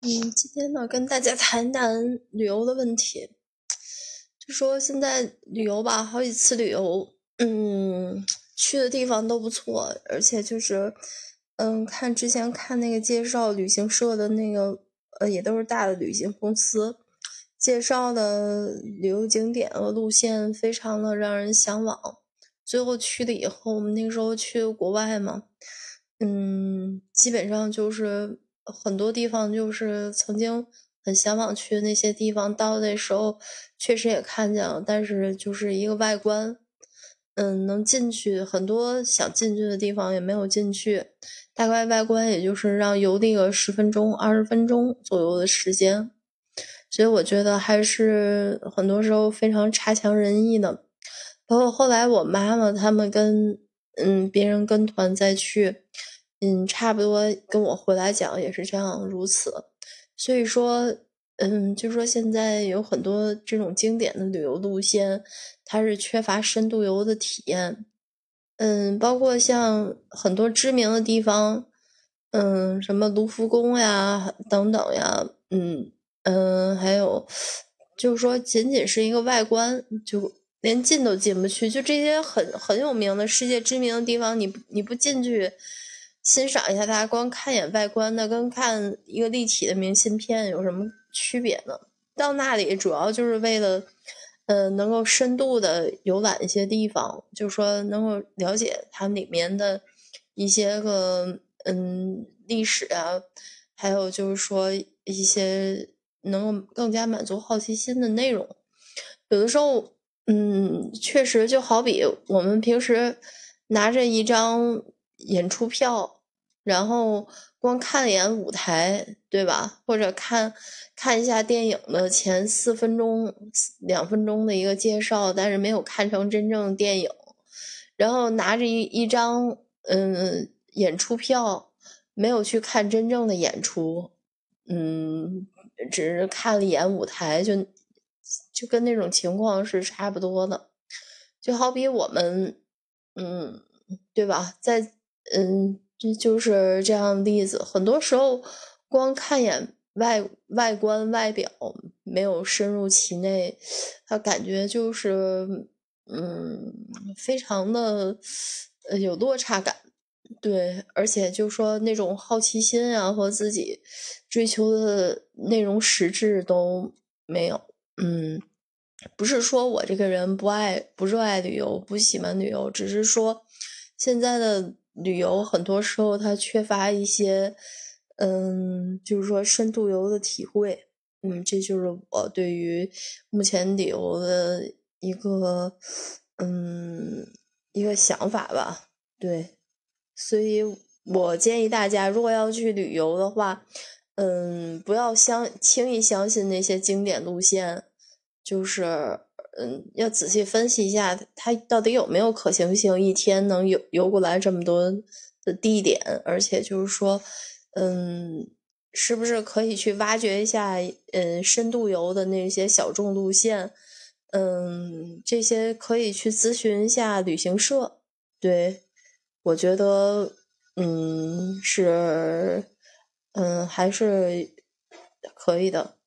今天呢，跟大家谈谈旅游的问题。就说现在旅游吧，好几次旅游，去的地方都不错，而且就是，看之前看那个介绍旅行社的那个，也都是大的旅行公司介绍的旅游景点和路线，非常的让人向往。最后去了以后，我们那个时候去国外嘛。基本上就是很多地方就是曾经很向往去的那些地方，到那时候确实也看见了，但是就是一个外观，能进去很多想进去的地方也没有进去，大概外观也就是让游历个10分钟、20分钟左右的时间，所以我觉得还是很多时候非常差强人意的。包括后来我妈妈他们跟别人跟团再去，差不多跟我回来讲也是这样如此。所以说，就说现在有很多这种经典的旅游路线，它是缺乏深度游的体验。包括像很多知名的地方，什么卢浮宫呀等等呀，还有就是说仅仅是一个外观，就连进都进不去，就这些很有名的世界知名的地方，你不进去欣赏一下它，光看一眼外观的，跟看一个立体的明信片有什么区别呢？到那里主要就是为了，能够深度的游览一些地方，就是说能够了解它里面的一些个历史啊，还有就是说一些能够更加满足好奇心的内容。有的时候，确实就好比我们平时拿着一张演出票，然后光看了一眼舞台，对吧？或者看一下电影的前4分钟、2分钟的一个介绍，但是没有看成真正的电影。然后拿着一张演出票，没有去看真正的演出，嗯，只是看了一眼舞台，就跟那种情况是差不多的。就好比我们，嗯，对吧？这就是这样的例子。很多时候，光看眼外观外表，没有深入其内，他感觉就是，非常的，有落差感。对，而且就说那种好奇心啊和自己追求的内容实质都没有。嗯，不是说我这个人不热爱旅游，不喜欢旅游，只是说现在的旅游很多时候它缺乏一些，就是说深度游的体会。这就是我对于目前旅游的嗯，一个想法吧。对。所以我建议大家，如果要去旅游的话，不要轻易相信那些经典路线，就是要仔细分析一下它到底有没有可行性，一天能游过来这么多的地点，而且就是说，是不是可以去挖掘一下深度游的那些小众路线，这些可以去咨询一下旅行社。对，我觉得，是，还是可以的。